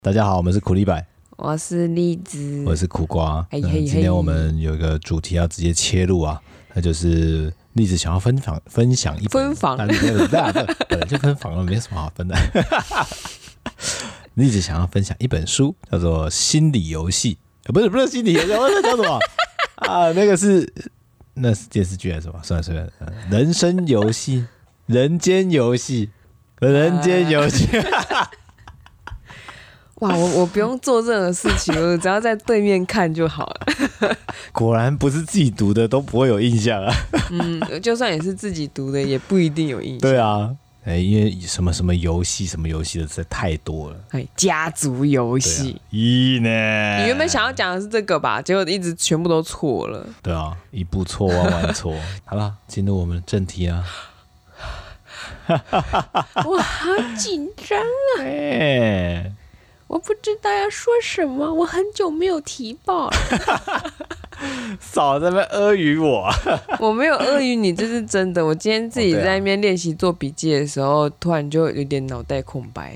大家好，我们是苦力白， 我是栗子， 我是苦瓜。 嘿嘿嘿今天我们有一个主题要直接切入啊，那就是栗子想要分享一本本来就分房了，没什么好分的。栗子想要分享一本书，叫做《心理游戏》，不是心理游戏，那叫什么啊？那是电视剧还是什么？算了，人生游戏，人间游戏，人间游戏。 哇，我不用做任何事情，我只要在对面看就好了。 果然不是自己读的都不会有印象啊。 就算也是自己读的，也不一定有印象。 对啊，因为什么游戏的实在太多了。 家族游戏。 呢？ 你原本想要讲的是这个吧？结果一直全部都错了。 对啊，一步错，万万错。好了，进入我们正题啊。 我好紧张啊！我不知道要说什么，我很久没有提报了。 少在那边阿谀我。 我没有阿谀你，这是真的。我今天自己在那边练习做笔记的时候，突然就有点脑袋空白。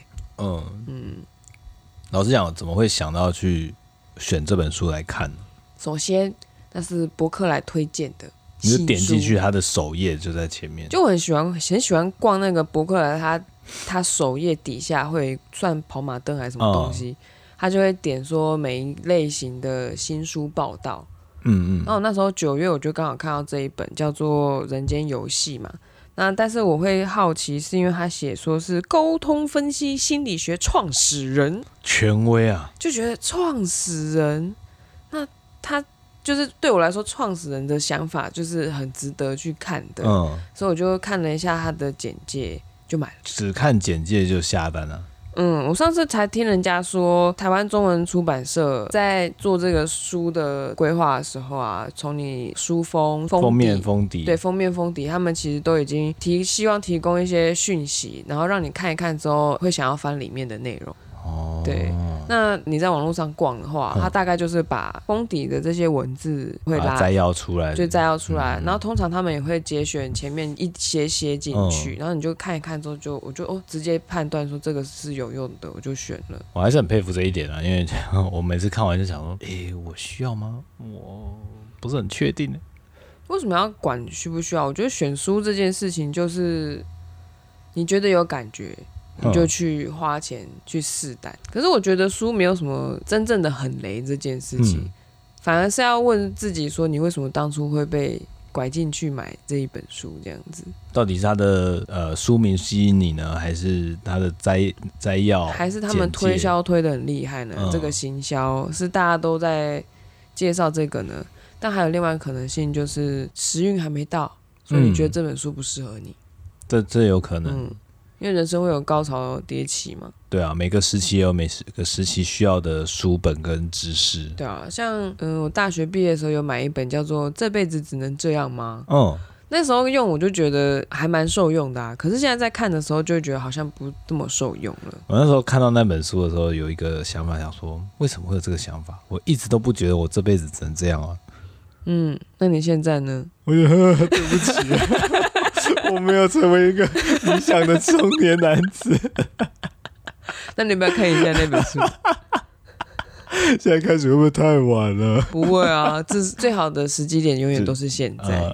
老实讲，怎么会想到去选这本书来看呢？ 首先，那是博客来推荐的， 你就点进去，它的首页就在前面。 就我很喜欢逛那个博客来，它首页底下会算跑马灯还是什么东西，它就会点说每一类型的新书报道。然后那时候9月我就刚好看到这一本叫做《人间游戏》嘛。那但是我会好奇，是因为他写说是沟通分析心理学创始人， 权威啊， 就觉得创始人，那他就是对我来说，创始人的想法就是很值得去看的。所以我就看了一下他的简介，就买了。 只看简介就下单了。 我上次才听人家说，台湾中文出版社在做这个书的规划的时候啊，从你书封面封底，对，封面封底，他们其实都已经希望提供一些讯息，然后让你看一看之后会想要翻里面的内容。对，那你在网络上逛的话，它大概就是把封底的这些文字会摘要出来， 然后通常他们也会节选前面一些进去，然后你就看一看之后我就直接判断说这个是有用的，我就选了。 我还是很佩服这一点啊，因为我每次看完就想说，我需要吗？我不是很确定。 为什么要管需不需要？我觉得选书这件事情就是你觉得有感觉，你就去花钱去试胆。可是我觉得书没有什么真正的很雷这件事情，反而是要问自己说，你为什么当初会被拐进去买这一本书这样子？到底是他的书名吸引你呢，还是他的摘要， 还是他们推销推得很厉害呢？这个行销是大家都在介绍这个呢？但还有另外一个可能性，就是时运还没到，所以你觉得这本书不适合你。 这有可能。 因为人生会有高潮迭起嘛。对啊，每个时期也有每个时期需要的书本跟知识。 对啊，像我大学毕业的时候有买一本叫做《这辈子只能这样吗》。那时候用我就觉得还蛮受用的啊，可是现在在看的时候就会觉得好像不这么受用了。 我那时候看到那本书的时候有一个想法，想说为什么会有这个想法？我一直都不觉得我这辈子只能这样啊。 那你现在呢？ 我觉得对不起。我没有成为一个理想的中年男子。 那你要不要看一下那本书？ 现在开始会不会太晚了？ 不会啊，这是最好的时机点，永远都是现在。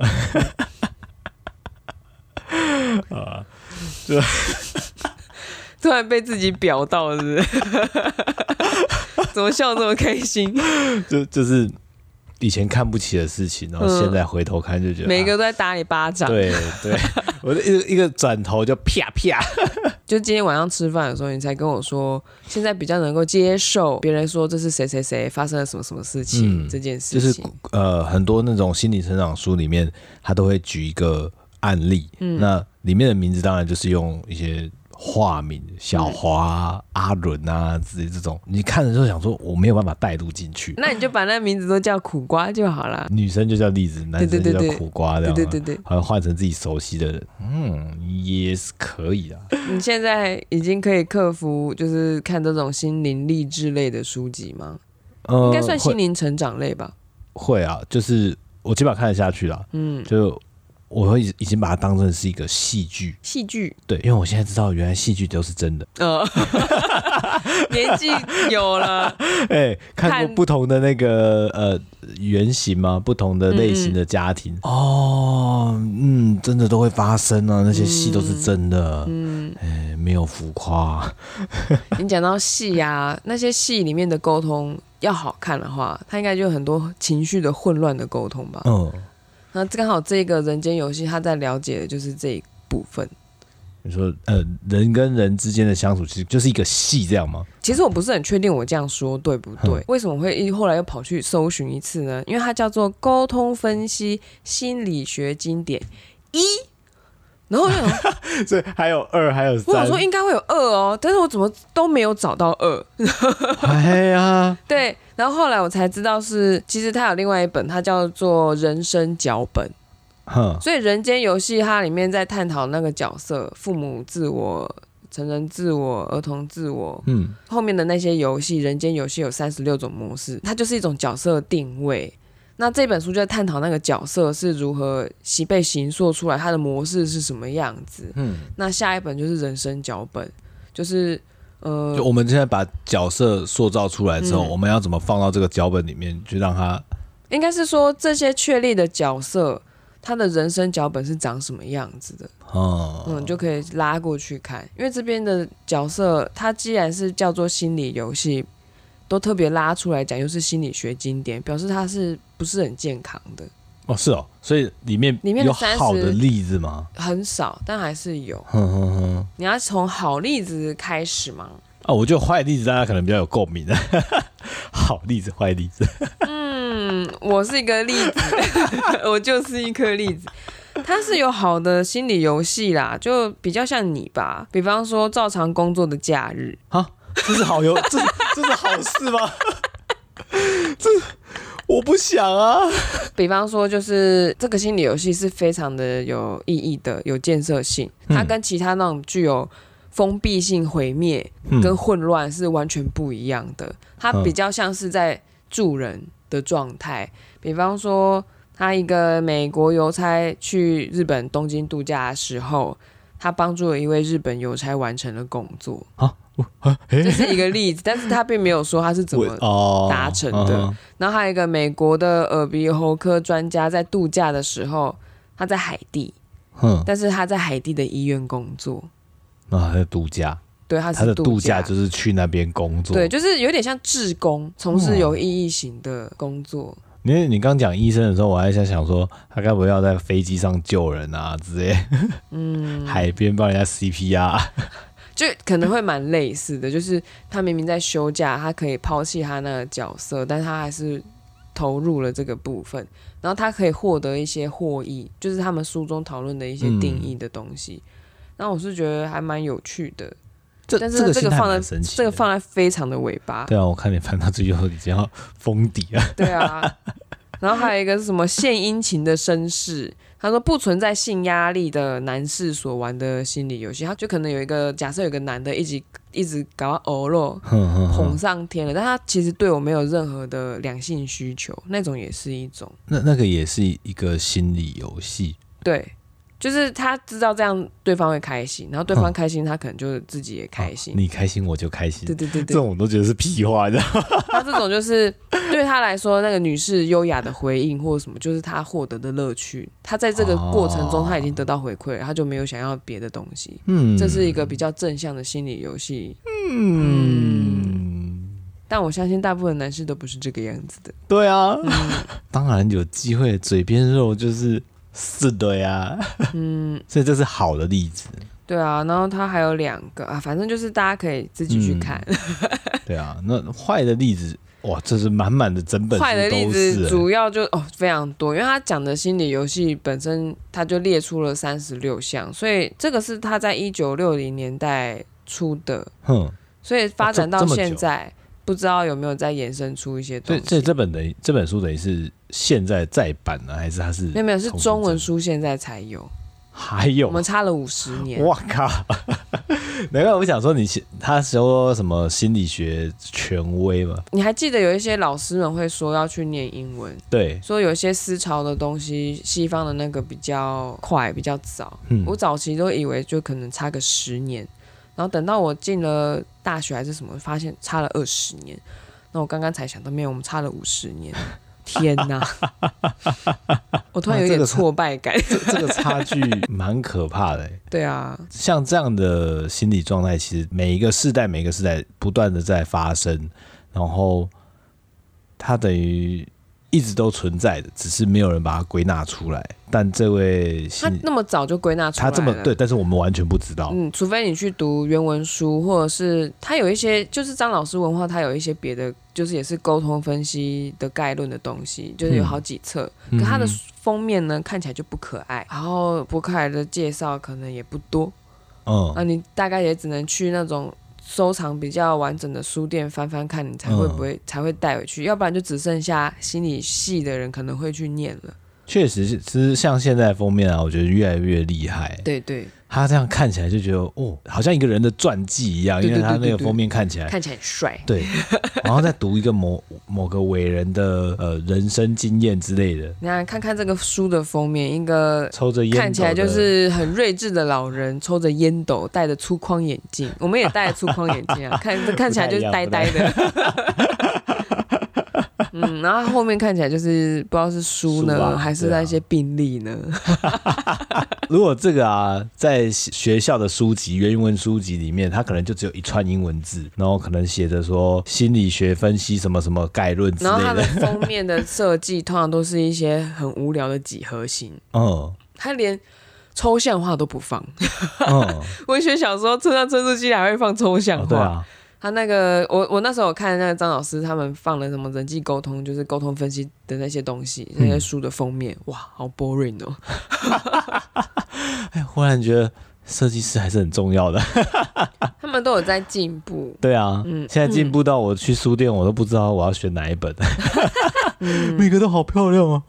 突然被自己表到，是不是？怎么笑这么开心？ 就是以前看不起的事情，然后现在回头看就觉得每个都在打你巴掌。对， 我一个转头就啪啪。 就今天晚上吃饭的时候，你才跟我说，现在比较能够接受别人说这是谁谁谁发生了什么什么事情，这件事情。 就是很多那种心理成长书里面，他都会举一个案例，那里面的名字当然就是用一些化名，小华、阿伦啊之类这种，你看的时候想说我没有办法带入进去， 那你就把那名字都叫苦瓜就好了。 女生就叫栗子，男生就叫苦瓜， 对， 好像换成自己熟悉的人，也是可以的。 你现在已经可以克服，就是看这种心灵励志类的书籍吗？应该算心灵成长类吧。 会啊，就是我基本上看得下去啦。就我会已经把它当成是一个戏剧。 戏剧， 对，因为我现在知道原来戏剧都是真的。 年纪有了， 看过不同的那个原型吗？不同的类型的家庭。真的都会发生啊，那些戏都是真的。没有浮夸。 你讲到戏啊，那些戏里面的沟通要好看的话，它应该就有很多情绪的混乱的沟通吧。那刚好这个人间游戏，他在了解的就是这一部分。 你说人跟人之间的相处其实就是一个戏，这样吗？ 其实我不是很确定我这样说对不对。为什么会后来又跑去搜寻一次呢？因为它叫做沟通分析心理学经典1，然后所以还有2还有3， 我想说应该会有2哦，但是我怎么都没有找到2。 哎呀， 对，然后后来我才知道其实它有另外一本，它叫做人生脚本。所以人间游戏它里面在探讨那个角色，父母自我、成人自我、儿童自我。后面的那些游戏，人间游戏有36种模式，它就是一种角色定位。那这本书就在探讨那个角色是如何被形塑出来，它的模式是什么样子。那下一本就是人生脚本，就是就我们现在把角色塑造出来之后，我们要怎么放到这个脚本里面去让它？ 应该是说这些确立的角色，他的人生脚本是长什么样子的。就可以拉过去看，因为这边的角色，它既然是叫做心理游戏，都特别拉出来讲，又是心理学经典，表示它是不是很健康的？ 是哦，所以里面有好的例子吗？ 很少，但还是有。你要从好例子开始吗？ 我觉得坏例子大家可能比较有共鸣的。好例子、坏例子。 我是一个例子，我就是一颗例子。它是有好的心理游戏啦，就比较像你吧。比方说照常工作的假日， 这是好这是好事吗？这我不想啊。 比方说，就是这个心理游戏是非常的有意义的，有建设性。它跟其他那种具有封闭性、毁灭跟混乱是完全不一样的。它比较像是在助人的状态。比方说，他一个美国邮差去日本东京度假的时候，他帮助了一位日本邮差完成了工作。这是一个例子，但是他并没有说他是怎么达成的。然后还有一个美国的耳鼻喉科专家在度假的时候，他在海地，但是他在海地的医院工作。 他在度假。 对，他的度假就是去那边工作。 对，就是有点像志工，从事有意义型的工作。 因为你刚讲医生的时候，我还在想说，他该不会要在飞机上救人啊之类，海边帮人家 CPR， 就可能会蛮类似的。就是他明明在休假，他可以抛弃他那个角色，但他还是投入了这个部分，然后他可以获得一些获益，就是他们书中讨论的一些定义的东西。那我是觉得还蛮有趣的。但是这个放在非常的尾巴。 对啊，我看你翻到最后已经要封底了。 对啊，然后还有一个是什么献殷勤的绅士，他说不存在性压力的男士所玩的心理游戏，他就可能有一个假设有一个男的一直搞到欧肉捧上天了，但他其实对我没有任何的两性需求，那种也是一种。 那个也是一个心理游戏。 对。就是他知道这样对方会开心，然后对方开心，他可能就自己也开心。 你开心我就开心。 对， 这种我都觉得是屁话，你知道吗？ 他这种就是对他来说，那个女士优雅的回应或者什么，就是他获得的乐趣。他在这个过程中他已经得到回馈了，他就没有想要别的东西。这是一个比较正向的心理游戏。但我相信大部分男士都不是这个样子的。 对啊，当然有机会，嘴边肉就是的呀。所以这是好的例子。 对啊，然后它还有2个啊，反正就是大家可以自己去看。 对啊，那坏的例子，哇，这是满满的整本书都是。坏的例子主要就非常多，因为他讲的心理游戏本身他就列出了36项，所以这个是他在1960年代出的。所以发展到现在，不知道有没有再延伸出一些东西。 所以这本书等于是现在再版呢，还是它是没有是中文书现在才有。 还有我们差了50年。 哇靠！难怪我想说他说什么心理学权威嘛？ 你还记得有一些老师们会说要去念英文， 对， 说有一些思潮的东西，西方的那个比较快，比较早。我早期都以为就可能差个10年，然后等到我进了大学还是什么，发现差了20年。那我刚刚才想到，没有，我们差了50年。天哪！我突然有点挫败感。 这个差距蛮可怕的。 对啊， 像这样的心理状态，其实每一个世代不断的在发生，然后它等于一直都存在的，只是没有人把它归纳出来。但这位他那么早就归纳出来了， 他这么对，但是我们完全不知道。 除非你去读原文书，或者是他有一些，就是张老师文化，他有一些别的，就是也是沟通分析的概论的东西，就是有好几册。可他的封面呢，看起来就不可爱，然后博客来的介绍可能也不多。你大概也只能去那种收藏比较完整的书店翻翻看，你才会带回去，要不然就只剩下心理系的人可能会去念了。 确实是像现在的封面啊，我觉得越来越厉害。 对对， 他这样看起来就觉得好像一个人的传记一样，因为他那个封面看起来很帅。对， 然后再读一个某个伟人的人生经验之类的。 你看看这个书的封面，一个抽着烟斗的， 看起来就是很睿智的老人，抽着烟斗，戴着粗框眼镜。我们也戴着粗框眼镜啊，看起来就是呆呆的。然后后面看起来就是不知道是书呢，还是那些病例呢。 如果这个在学校的书籍原文书籍里面，它可能就只有一串英文字，然后可能写着说心理学分析什么什么概论之类的。 然后它的封面的设计通常都是一些很无聊的几何形。它连抽象画都不放。文学小说村上春树机还会放抽象画。 对啊。 他那个我那时候有看那个张老师他们放了什么人际沟通，就是沟通分析的那些东西，那些书的封面，哇，好 boring 哦。 忽然觉得设计师还是很重要的。 他们都有在进步。 对啊，现在进步到我去书店我都不知道我要选哪一本。每个都好漂亮啊。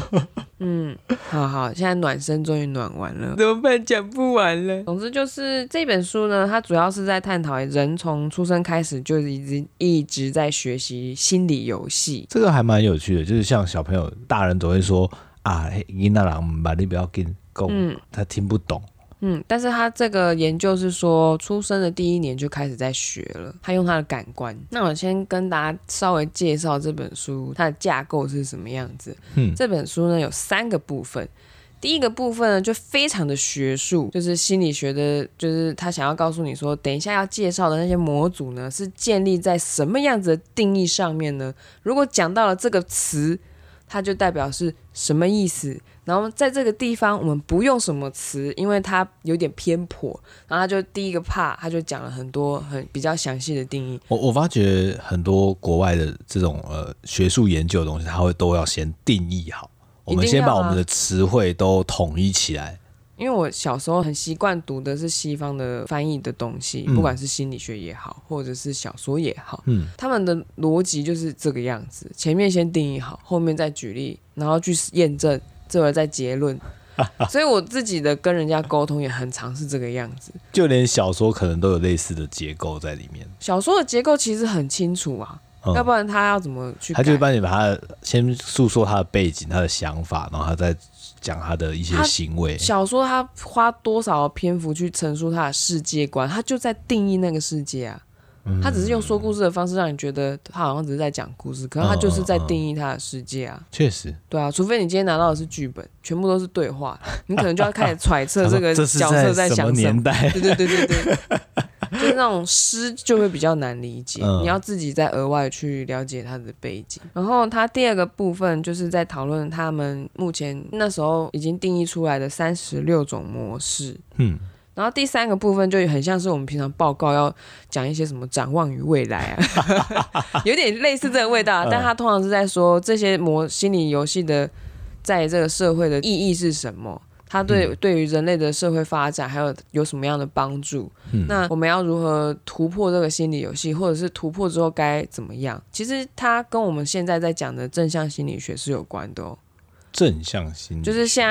好，现在暖身终于暖完了，怎么办？讲不完了。总之就是这本书呢，它主要是在探讨人从出生开始就一直在学习心理游戏。 这个还蛮有趣的，就是像小朋友，大人都会说啊，囡仔人把你不要跟讲，他听不懂。 但是他这个研究是说，出生的第1年就开始在学了，他用他的感官。那我先跟大家稍微介绍这本书它的架构是什么样子。这本书呢有3个部分。第一个部分呢就非常的学术，就是心理学的，就是他想要告诉你说，等一下要介绍的那些模组呢是建立在什么样子的定义上面呢？如果讲到了这个词，它就代表是什么意思，然后在这个地方我们不用什么词，因为它有点偏颇，然后他就第一个 part 他就讲了很多比较详细的定义。 我发觉很多国外的这种学术研究的东西，它都要先定义好，我们先把我们的词汇都统一起来。 因为我小时候很习惯读的是西方的翻译的东西，不管是心理学也好，或者是小说也好，他们的逻辑就是这个样子，前面先定义好，后面再举例，然后去验证，最后再结论。所以我自己的跟人家沟通也很常是这个样子， 就连小说可能都有类似的结构在里面。 小说的结构其实很清楚啊，要不然他要怎么去改？ 他就帮你把他先诉说他的背景、他的想法，然后他再讲他的一些行为。 小说他花多少篇幅去陈述他的世界观，他就在定义那个世界啊。他只是用说故事的方式让你觉得他好像只是在讲故事，可是他就是在定义他的世界啊。 确实， 对啊，除非你今天拿到的是剧本，全部都是对话，你可能就要开始揣测这个角色在想什么年代。 对，就是那种诗就会比较难理解，你要自己再额外去了解他的背景。然后他第2个部分就是在讨论他们目前那时候已经定义出来的36种模式。然后第3个部分就很像是我们平常报告要讲一些什么展望于未来啊，有点类似这个味道，但他通常是在说这些心理游戏的在这个社会的意义是什么，它对于人类的社会发展还有什么样的帮助，那我们要如何突破这个心理游戏，或者是突破之后该怎么样，其实它跟我们现在在讲的正向心理学是有关的哦。 正向心理就是现在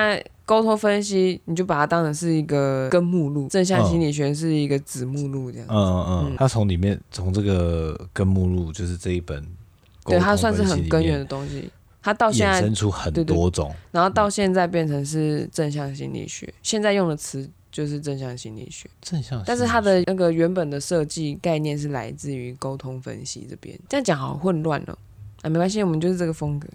沟通分析你就把它当成是一个根目录，正向心理学是一个子目录这样子。 它从里面从这个根目录就是这一本沟通分析里面， 对，它算是很根源的东西。它到现在衍生出很多种， 对，然后到现在变成是正向心理学，现在用的词就是正向心理学。但是它的那个原本的设计概念是来自于沟通分析这边。这样讲好混乱了啊，没关系，我们就是这个风格。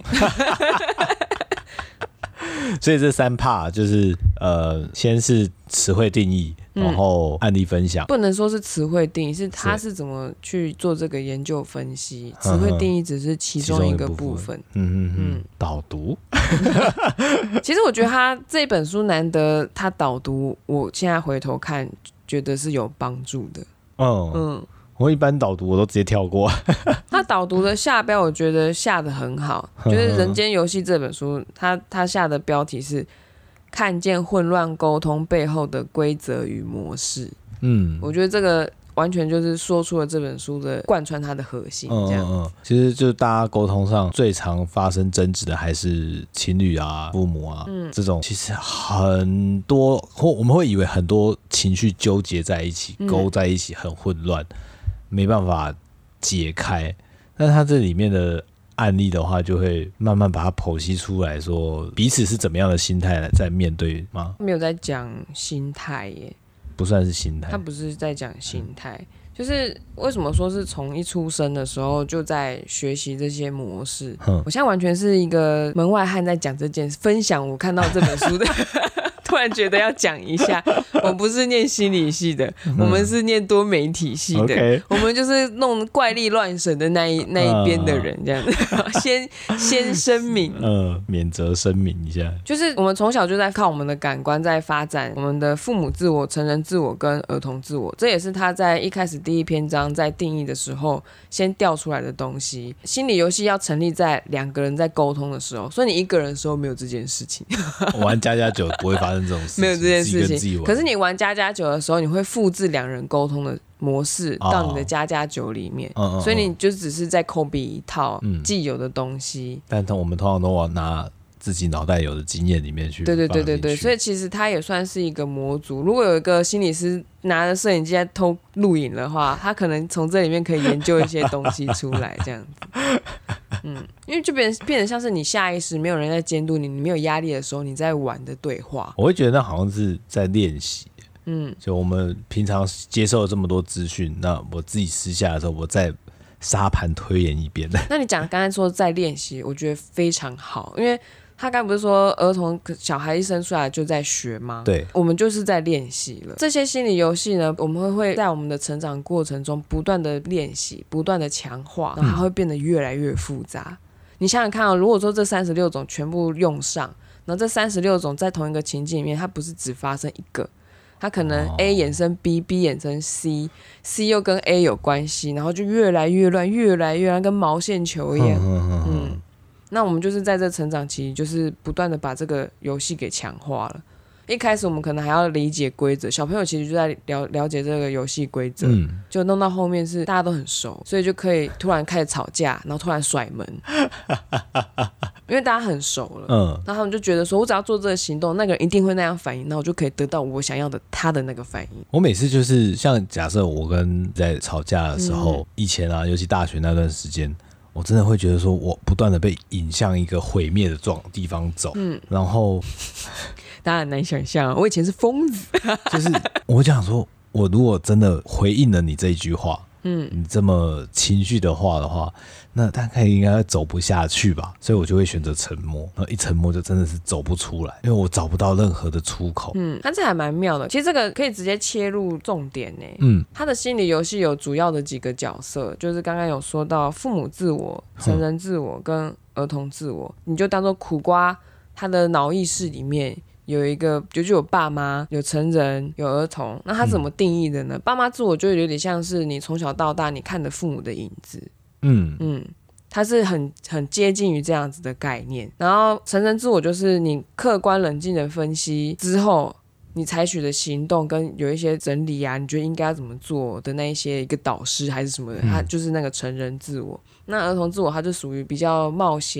所以这3 part 就是先是词汇定义，然后案例分享。 不能说是词汇定义，是他是怎么去做这个研究分析。词汇定义只是其中一个部分。 导读。 其实我觉得他这本书难得他导读，我现在回头看觉得是有帮助的。我一般导读我都直接跳过。 他导读的下标我觉得下得很好，就是《人间游戏》这本书他下的标题是看见混乱沟通背后的规则与模式。我觉得这个完全就是说出了这本书的贯穿它的核心这样。 其实就是大家沟通上最常发生争执的还是情侣啊、父母啊，这种其实很多，或我们会以为很多情绪纠结在一起、勾在一起，很混乱，没办法解开。但他这里面的案例的话，就会慢慢把它剖析出来，说彼此是怎么样的心态在面对吗？ 没有在讲心态耶， 不算是心态， 他不是在讲心态，就是为什么说是从一出生的时候就在学习这些模式。我现在完全是一个门外汉在讲这件事，分享我看到这本书的。突然觉得要讲一下，我不是念心理系的，我们是念多媒体系的，我们就是弄怪力乱神的那一边的人，这样子。先声明， 免责声明一下， 就是我们从小就在靠我们的感官在发展我们的父母自我、成人自我跟儿童自我，这也是他在一开始第1篇章在定义的时候先调出来的东西。心理游戏要成立在2个人在沟通的时候，所以你一个人的时候没有这件事情。 玩家家酒不会发生这种事情， 没有这件事情。可是你玩家家酒的时候，你会复制2人沟通的模式到你的家家酒里面，所以你就只是在 copy 一套既有的东西。 但我们通常都要拿自己脑袋有的经验里面去。 对，所以其实它也算是一个模组。如果有一个心理师拿着摄影机在偷录影的话，他可能从这里面可以研究一些东西出来，这样子。因为就变成像是你下意识没有人在监督你，你没有压力的时候你在玩的对话。 我会觉得那好像是在练习。就我们平常接受了这么多资讯，那我自己私下的时候，我再沙盘推演一遍。 那你讲刚才说在练习，我觉得非常好，因为他刚才不是说儿童小孩一生出来就在学吗？ 对， 我们就是在练习了。这些心理游戏呢，我们会在我们的成长过程中不断的练习，不断的强化，然后它会变得越来越复杂。你想想看如果说这36种全部用上，然后这36种在同一个情境里面，它不是只发生一个，它可能 A 衍生 B，B 衍生 C，C 又跟 A 有关系，然后就越来越乱，越来越乱，跟毛线球一样。那我们就是在这成长期，就是不断的把这个游戏给强化了。一开始我们可能还要理解规则，小朋友其实就在了解这个游戏规则，就弄到后面是大家都很熟，所以就可以突然开始吵架，然后突然甩门，因为大家很熟了。那他们就觉得说，我只要做这个行动，那个人一定会那样反应，那我就可以得到我想要的他的那个反应。 我每次就是像假设我跟在吵架的时候，以前啊，尤其大学那段时间。我真的会觉得说，我不断的被引向一个毁灭的地方走，然后大家很难想象，我以前是疯子， 就是我讲说，我如果真的回应了你这一句话，你这么情绪的话，那大概应该走不下去吧，所以我就会选择沉默，然后一沉默就真的是走不出来，因为我找不到任何的出口。 他这还蛮妙的，其实这个可以直接切入重点呢。他的心理游戏有主要的几个角色，就是刚刚有说到父母自我、成人自我跟儿童自我，你就当做苦瓜，他的脑意识里面有一个就有爸妈，有成人，有儿童。那他怎么定义的呢？爸妈自我就有点像是你从小到大你看的父母的影子。它是很接近于这样子的概念。然后成人自我就是你客观冷静的分析之后，你采取的行动跟有一些整理啊，你觉得应该要怎么做的那一些一个导师还是什么的，它就是那个成人自我。那儿童自我它就属于比较冒险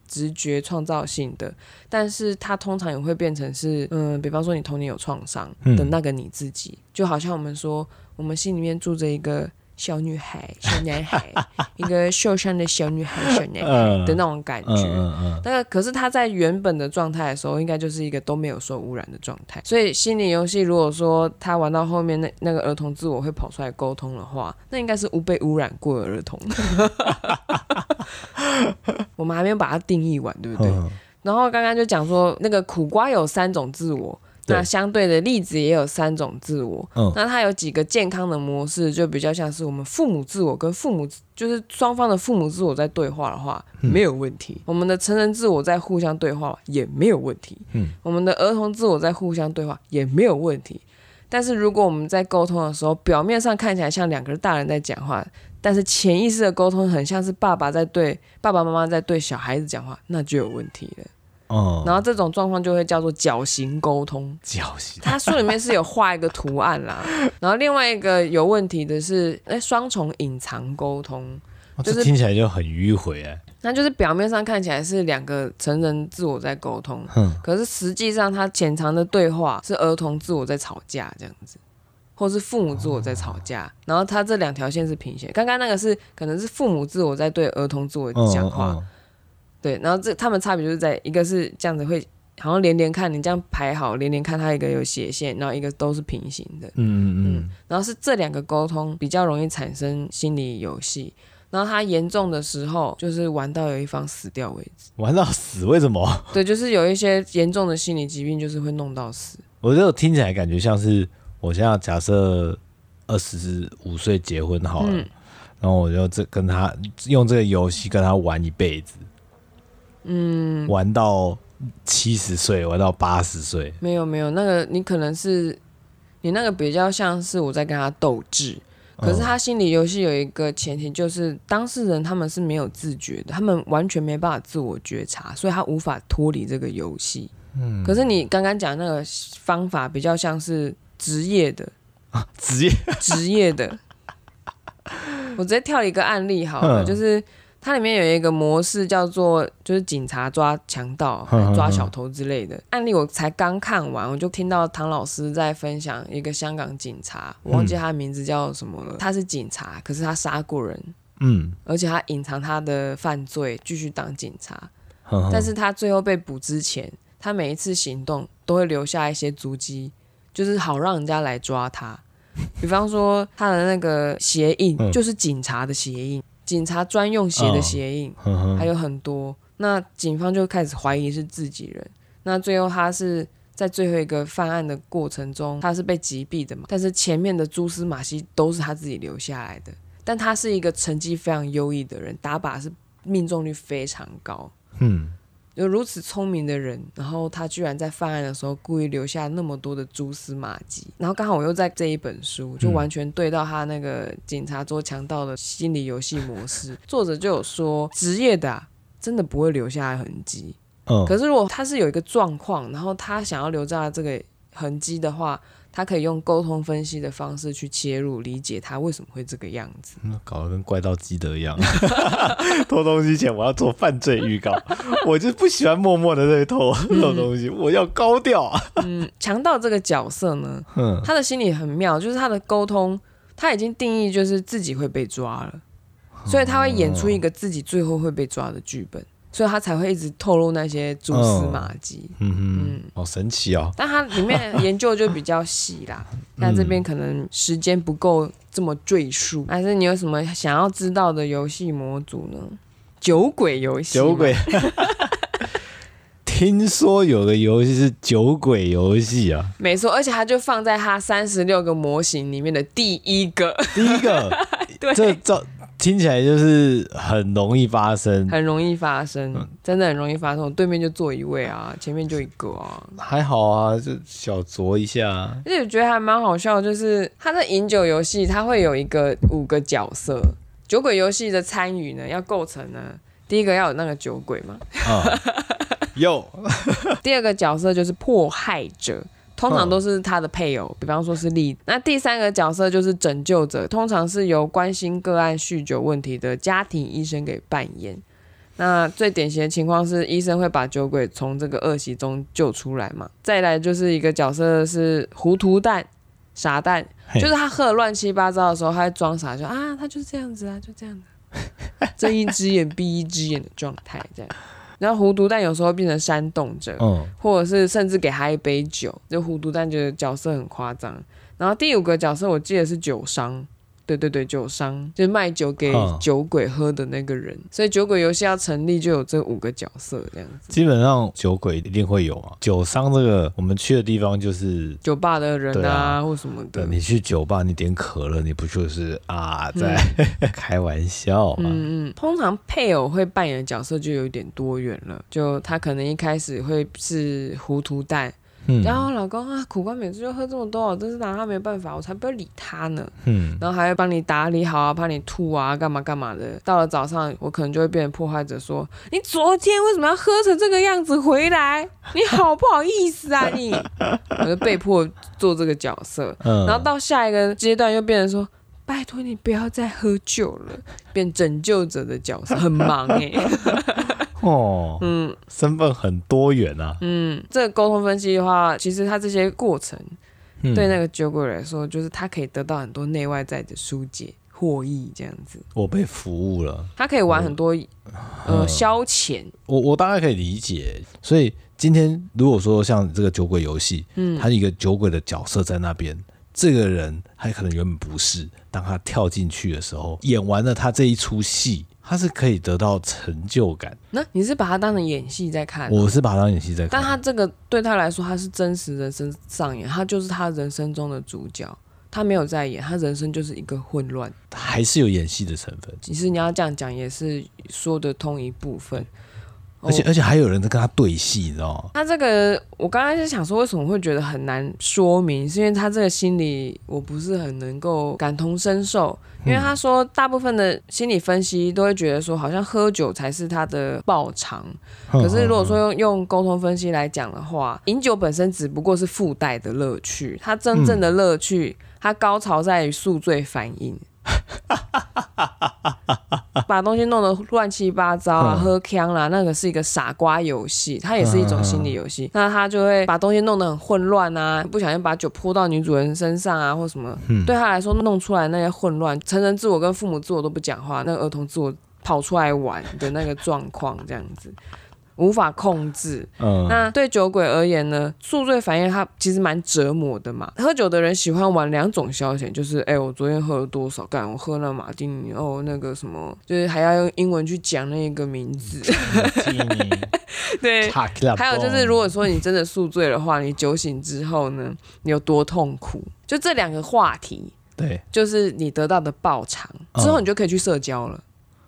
直觉创造性的，但是它通常也会变成是比方说你童年有创伤的那个你自己，就好像我们说我们心里面住着一个小女孩小男孩一个受伤的小女孩小男孩的那种感觉，那个可是他在原本的状态的时候应该就是一个都没有受污染的状态，所以心理游戏如果说他玩到后面那个儿童自我会跑出来沟通的话，那应该是被污染过的儿童我们还没有把它定义完对不对？然后刚刚就讲说那个苦瓜有3种自我，那相对的栗子也有3种自我，那它有几个健康的模式，就比较像是我们父母自我跟父母就是双方的父母自我在对话的话没有问题，我们的成人自我在互相对话也没有问题，我们的儿童自我在互相对话也没有问题，但是如果我们在沟通的时候表面上看起来像2个大人在讲话，但是潜意识的沟通很像是爸爸妈妈在对小孩子讲话，那就有问题了。然后这种状况就会叫做绞刑沟通。绞刑，他书里面是有画一个图案啦。然后另外一个有问题的是双重隐藏沟通， 就是听起来就很迂回那就是表面上看起来是2个成人自我在沟通，可是实际上他潜藏的对话是儿童自我在吵架这样子，或是父母自我在吵架，然后他这2条线是平行。刚刚那个是可能是父母自我在对儿童自我讲话，对，然后他们差别就是在一个是这样子会好像连看，你这样排好连看，它一个有斜线，然后一个都是平行的，然后是这2个沟通比较容易产生心理游戏，然后它严重的时候就是玩到有一方死掉为止。 玩到死？为什么？ 对，就是有一些严重的心理疾病就是会弄到死。 我就听起来感觉像是我现在假设25岁结婚好了，然后我就跟他用这个游戏跟他玩一辈子。玩到70岁，玩到80岁。没有， 那个你可能是你那个比较像是我在跟他斗智，可是他心理游戏有一个前提，就是当事人他们是没有自觉的，他们完全没办法自我觉察，所以他无法脱离这个游戏。可是你刚刚讲那个方法比较像是职业的，职业的。我直接跳一个案例好了，就是它里面有一个模式叫做就是警察抓强盗抓小偷之类的案例，我才刚看完我就听到唐老师在分享一个香港警察，我忘记他的名字叫什么了，他是警察可是他杀过人，而且他隐藏他的犯罪继续当警察，但是他最后被捕之前他每一次行动都会留下一些足迹，就是好让人家来抓他，比方说他的那个鞋印就是警察的鞋印，警察专用鞋的鞋印，还有很多，那警方就开始怀疑是自己人，那最后他是在最后一个犯案的过程中他是被击毙的嘛，但是前面的蛛丝马迹都是他自己留下来的，但他是一个成绩非常优异的人，打靶是命中率非常高，有如此聪明的人，然后他居然在犯案的时候故意留下那么多的蛛丝马迹，然后刚好我又在这一本书就完全对到他那个警察捉强盗的心理游戏模式，作者就有说职业的真的不会留下来痕迹，可是如果他是有一个状况，然后他想要留下这个痕迹的话，他可以用沟通分析的方式去切入，理解他为什么会这个样子。 搞得跟怪盗基德一样偷东西前我要做犯罪预告我就不喜欢默默的在偷东西，我要高调强盗这个角色呢，他的心理很妙，就是他的沟通他已经定义就是自己会被抓了，所以他会演出一个自己最后会被抓的剧本，所以他才会一直透露那些蛛丝马迹。 好神奇哦！ 但他里面研究就比较细啦，但这边可能时间不够这么赘述。还是你有什么想要知道的游戏模组呢？酒鬼游戏？酒鬼？ 听说有个游戏是酒鬼游戏啊？ 没错，而且它就放在它36个模型里面的第一个。 第一个？对。这听起来就是很容易发生， 很容易发生，真的很容易发生。我对面就坐一位啊，前面就一个啊， 还好啊，就小酌一下。 而且我觉得还蛮好笑，就是他在饮酒游戏，他会有一个5个角色。酒鬼游戏的参与呢，要构成呢，第一个要有那个酒鬼嘛， 有。 第2个角色就是迫害者。通常都是他的配偶，比方说是丽。那第3个角色就是拯救者，通常是由关心个案酗酒问题的家庭医生给扮演。 那最典型的情况是医生会把酒鬼从这个恶习中救出来嘛。再来就是一个角色是糊涂蛋、傻蛋，就是他喝得乱七八糟的时候，他会装傻，就啊，他就是这样子啊，就这样子，睁一只眼闭一只眼的状态这样。然后糊涂蛋有时候变成煽动者，或者是甚至给他一杯酒，就糊涂蛋觉得角色很夸张。然后第5个角色我记得是酒商。对，酒商就是卖酒给酒鬼喝的那个人，所以酒鬼游戏要成立就有这5个角色这样子。 基本上酒鬼一定会有嘛，酒商这个我们去的地方就是酒吧的人啊或什么的。 你去酒吧你点可乐，你不就是在开玩笑嘛？ 通常配偶会扮演的角色就有点多元了，就他可能一开始会是糊涂蛋。然后老公啊，苦瓜每次就喝这么多，我真是拿他没办法，我才不要理他呢。然后还会帮你打理好啊，怕你吐啊，干嘛干嘛的。到了早上，我可能就会变成破坏者说，你昨天为什么要喝成这个样子回来？你好不好意思啊你？我就被迫做这个角色。然后到下一个阶段又变成说，拜托你不要再喝酒了，变拯救者的角色，很忙身份很多元啊。 这个沟通分析的话，其实它这些过程，对那个酒鬼来说，就是他可以得到很多内外在的疏解、获益这样子。 我被服务了， 他可以玩很多消遣。 我大概可以理解。所以今天如果说像这个酒鬼游戏，他一个酒鬼的角色在那边。这个人他可能原本不是，当他跳进去的时候，演完了他这一出戏，他是可以得到成就感。 那你是把他当成演戏在看？ 我是把他当演戏在看。 但他这个对他来说，他是真实人生上演，他就是他人生中的主角，他没有在演，他人生就是一个混乱， 还是有演戏的成分。 其实你要这样讲，也是说得通一部分。 而且还有人在跟他对戏，你知道吗？ 他这个我刚才是想说，为什么会觉得很难说明，是因为他这个心理我不是很能够感同身受。因为他说大部分的心理分析都会觉得说，好像喝酒才是他的报偿。可是如果说用沟通分析来讲的话，饮酒本身只不过是附带的乐趣，他真正的乐趣，他高潮在于宿醉反应。把东西弄得乱七八糟啊，喝呛啦，那个是一个傻瓜游戏，它也是一种心理游戏。那他就会把东西弄得很混乱啊，不小心把酒泼到女主人身上啊，或什么。对他来说，弄出来那些混乱，成人自我跟父母自我都不讲话，那个儿童自我跑出来玩的那个状况，这样子。无法控制。那对酒鬼而言呢，宿醉反应它其实蛮折磨的嘛。喝酒的人喜欢玩2种消遣，就是我昨天喝了多少，干我喝了马丁尼，那个什么，就是还要用英文去讲那个名字。对，还有就是如果说你真的宿醉的话，你酒醒之后呢，你有多痛苦？就这2个话题， 对， 就是你得到的报偿之后，你就可以去社交了。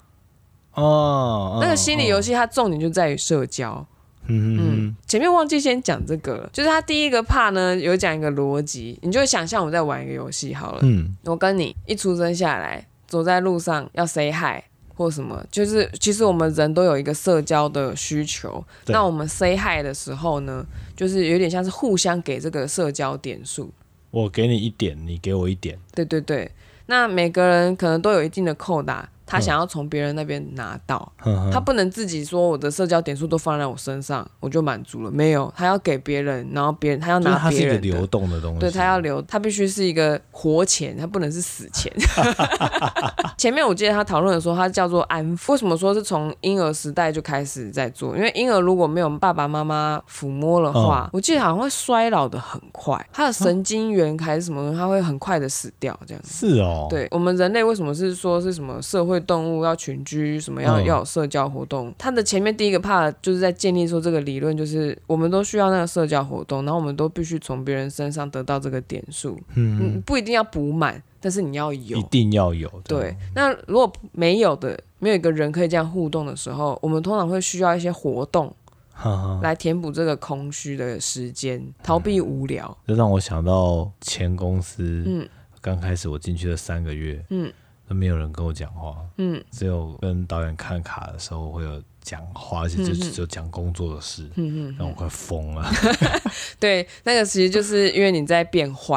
那个心理游戏它重点就在于社交。前面忘记先讲这个了，就是它第一个 part 呢有讲一个逻辑，你就会想象我在玩一个游戏好了。我跟你一出生下来，走在路上要 say hi 或什么，就是其实我们人都有一个社交的需求。那我们 say hi 的时候呢，就是有点像是互相给这个社交点数， 我给你1点，你给我1点。 对，那每个人可能都有一定的扣打。他想要从别人那边拿到，他不能自己说我的社交点数都放在我身上，我就满足了。没有，他要给别人，然后别人他要拿别人的， 它是一个流动的东西。 对，他要流，他必须是一个活钱，他不能是死钱。前面我记得他讨论的时候，他叫做安抚。为什么说是从婴儿时代就开始在做？因为婴儿如果没有爸爸妈妈抚摸的话，我记得好像会衰老的很快，他的神经元还是什么，他会很快的死掉，这样子。 是哦。 对，我们人类为什么是说是什么社会动物要群居，什么要有社交活动？它的前面第一个 part 就是在建立说这个理论，就是我们都需要那个社交活动，然后我们都必须从别人身上得到这个点数。不一定要补满，但是你要有， 一定要有。 对，那如果没有一个人可以这样互动的时候，我们通常会需要一些活动来填补这个空虚的时间，逃避无聊。 这让我想到前公司，刚开始我进去的3个月，都没有人跟我讲话，只有跟导演看卡的时候会有讲话，而且就讲工作的事，让我快疯了。 对，那个其实就是因为你在变坏。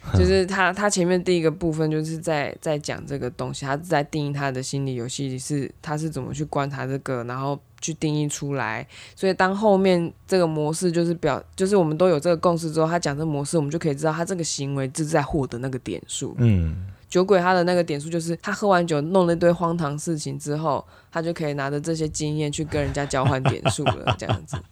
就是他前面第一个部分就是在讲这个东西，他在定义他的心理游戏他是怎么去观察这个，然后去定义出来。所以当后面这个模式就是我们都有这个共识之后，他讲这个模式，我们就可以知道他这个行为是在获得那个点数。酒鬼他的那个点数就是他喝完酒弄了一堆荒唐事情之后，他就可以拿着这些经验去跟人家交换点数了，这样子。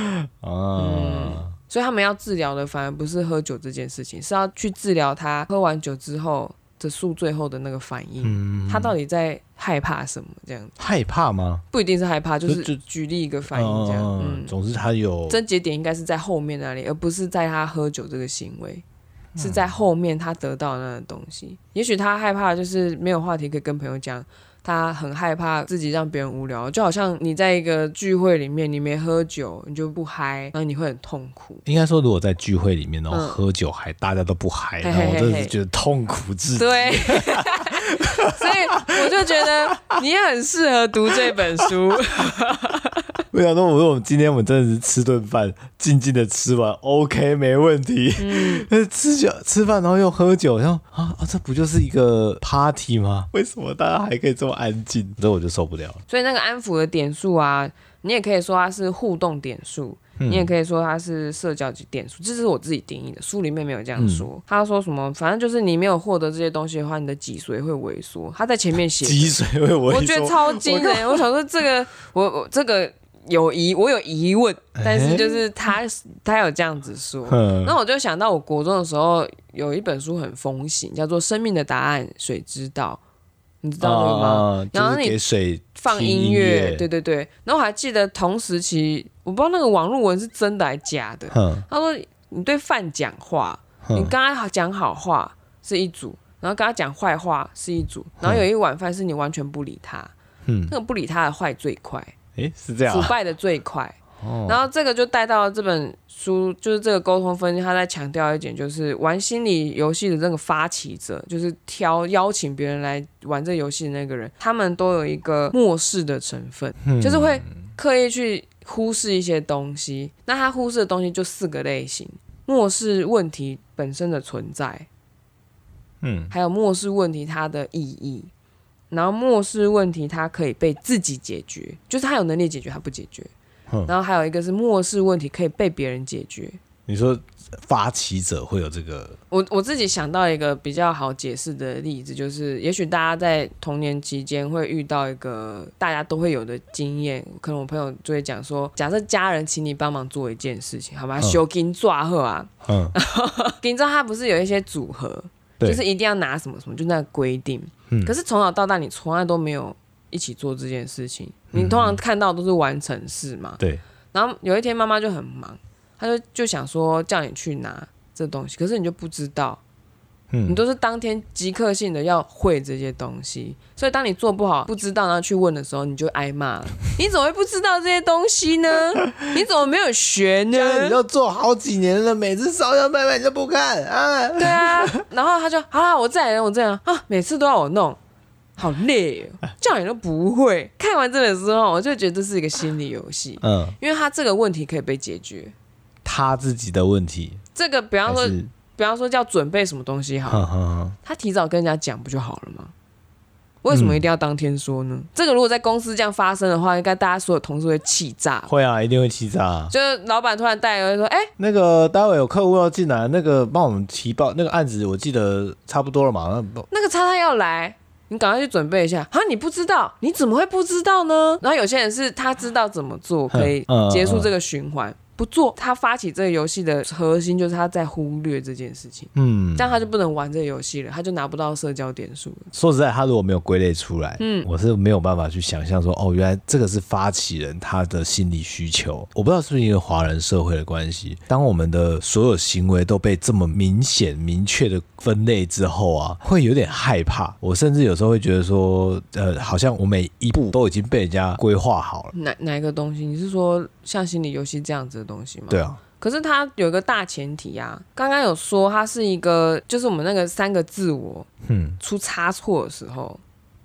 所以他们要治疗的反而不是喝酒这件事情，是要去治疗他喝完酒之后的宿醉后的那个反应。他到底在害怕什么？这样子害怕吗？ 不一定是害怕，就是举例一个反应这样。 总之他有症结点应该是在后面那里，而不是在他喝酒这个行为。是在后面他得到的那个东西。也许他害怕就是没有话题可以跟朋友讲，他很害怕自己让别人无聊，就好像你在一个聚会里面，你没喝酒你就不嗨，然后你会很痛苦。 应该说如果在聚会里面然后喝酒还大家都不嗨，然后我真的是觉得痛苦至极。 对所以我就觉得你也很适合读这本书我想说，我今天我们真的是吃顿饭，静静的吃完 ，OK， 没问题。吃饭然后又喝酒，然后这不就是一个 party 吗？为什么大家还可以这么安静？这我就受不了了。 所以那个安抚的点数啊，你也可以说它是互动点数，你也可以说它是社交点数，这是我自己定义的，书里面没有这样说。他说什么，反正就是你没有获得这些东西的话，你的脊髓会萎缩。他在前面写脊髓会萎缩， 我觉得超惊人。我想说这个，我这个。我有疑问，但是就是他有这样子说，那我就想到我国中的时候有一本书很风行，叫做《生命的答案水知道》，你知道这个吗？然后你给水放音乐，对对对。然后我还记得同时期，我不知道那个网络文是真的还是假的。他说你对饭讲话，你跟他讲好话是一组，然后跟他讲坏话是一组，然后有一碗饭是你完全不理他，那个不理他的坏最快。 是这样腐败的最快。然后这个就带到这本书，就是这个沟通分析，他在强调一点，就是玩心理游戏的这个发起者，就是邀请别人来玩这个游戏的那个人，他们都有一个漠视的成分，就是会刻意去忽视一些东西。那他忽视的东西就4个类型：漠视问题本身的存在，还有漠视问题它的意义。然后漠视问题它可以被自己解决，就是他有能力解决他不解决。然后还有一个是漠视问题可以被别人解决。 你说发起者会有这个？ 我自己想到一个比较好解释的例子，就是也许大家在童年期间会遇到一个大家都会有的经验，可能我朋友就会讲说，假设家人请你帮忙做一件事情，好吧，修金抓鹤啊，金抓它不是有一些组合，就是一定要拿什么什么，就那个规定。可是从小到大你从来都没有一起做这件事情，你通常看到都是完成式嘛。 对。 然后有一天妈妈就很忙，她就想说叫你去拿这东西，可是你就不知道，你都是当天即刻性的要会这些东西，所以当你做不好不知道然后去问的时候，你就挨骂了。你怎么会不知道这些东西呢？你怎么没有学呢？ 你都做好几年了，每次烧香拜拜你就不看啊？ 对啊，然后他就好啦，我再来，啊，每次都要我弄，好累哦，叫你都不会。看完这本书后，我就觉得这是一个心理游戏，因为他这个问题可以被解决， 他自己的问题。 这个比方说叫准备什么东西好，他提早跟人家讲不就好了吗？为什么一定要当天说呢？这个如果在公司这样发生的话，应该大家所有同事会气炸。 会啊，一定会气炸。 就是老板突然带来说， 那个待会有客户要进来，那个帮我们提报那个案子，我记得差不多了嘛。 那个叉要来，你赶快去准备一下。你不知道，你怎么会不知道呢？然后有些人是他知道怎么做可以结束这个循环。不做，他发起这个游戏的核心就是他在忽略这件事情，这样他就不能玩这个游戏了，他就拿不到社交点数了。 说实在，他如果没有归类出来，我是没有办法去想象说，原来这个是发起人他的心理需求。我不知道是不是因为华人社会的关系，当我们的所有行为都被这么明显明确的分类之后啊，会有点害怕。我甚至有时候会觉得说，好像我每一步都已经被人家规划好了。 哪一个东西？你是说像心理游戏这样子的东西吗？ 对啊。 可是它有一个大前提啊，刚刚有说它是一个，就是我们那个3个自我出差错的时候，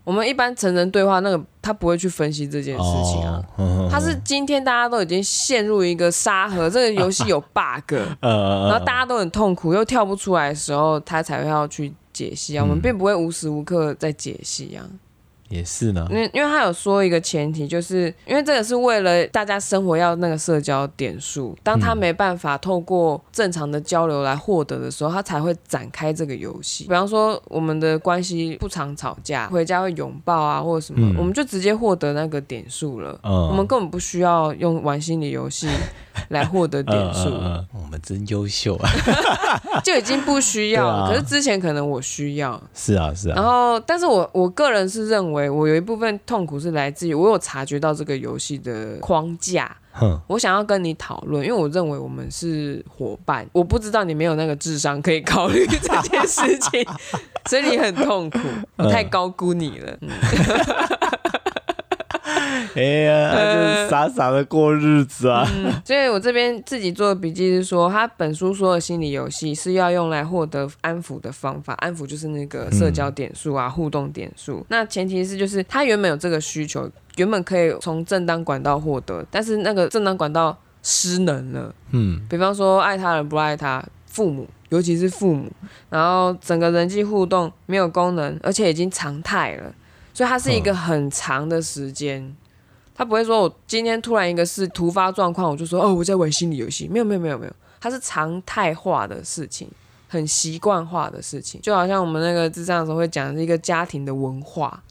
我们一般成人对话那个他不会去分析这件事情啊，他是今天大家都已经陷入一个沙盒，这个游戏有 bug， 然后大家都很痛苦又跳不出来的时候，他才会要去解析啊。我们并不会无时无刻在解析啊。 也是呢， 因为他有说一个前提，就是因为这个是为了大家生活要那个社交点数，当他没办法透过正常的交流来获得的时候，他才会展开这个游戏。比方说我们的关系不常吵架，回家会拥抱啊或者什么，我们就直接获得那个点数了，我们根本不需要用玩心理游戏来获得点数。 我们真优秀啊就已经不需要了，可是之前可能我需要。 是啊然后但是我个人是认为我有一部分痛苦是来自于我有察觉到这个游戏的框架，我想要跟你讨论，因为我认为我们是伙伴，我不知道你没有那个智商可以考虑这件事情所以你很痛苦，我太高估你了哎呀，就是傻傻的过日子啊所以我这边自己做的笔记是说，他本书说的心理游戏是要用来获得安抚的方法，安抚就是那个社交点数啊，互动点数。那前提是就是他原本有这个需求，原本可以从正当管道获得，但是那个正当管道失能了。比方说爱他人不爱他，父母尤其是父母，然后整个人际互动没有功能，而且已经常态了，所以它是一个很长的时间。他不会说我今天突然一个是突发状况，我就说我在玩心理游戏，没有，它是常态化的事情，很习惯化的事情，就好像我们那个智障的时候会讲一个家庭的文化，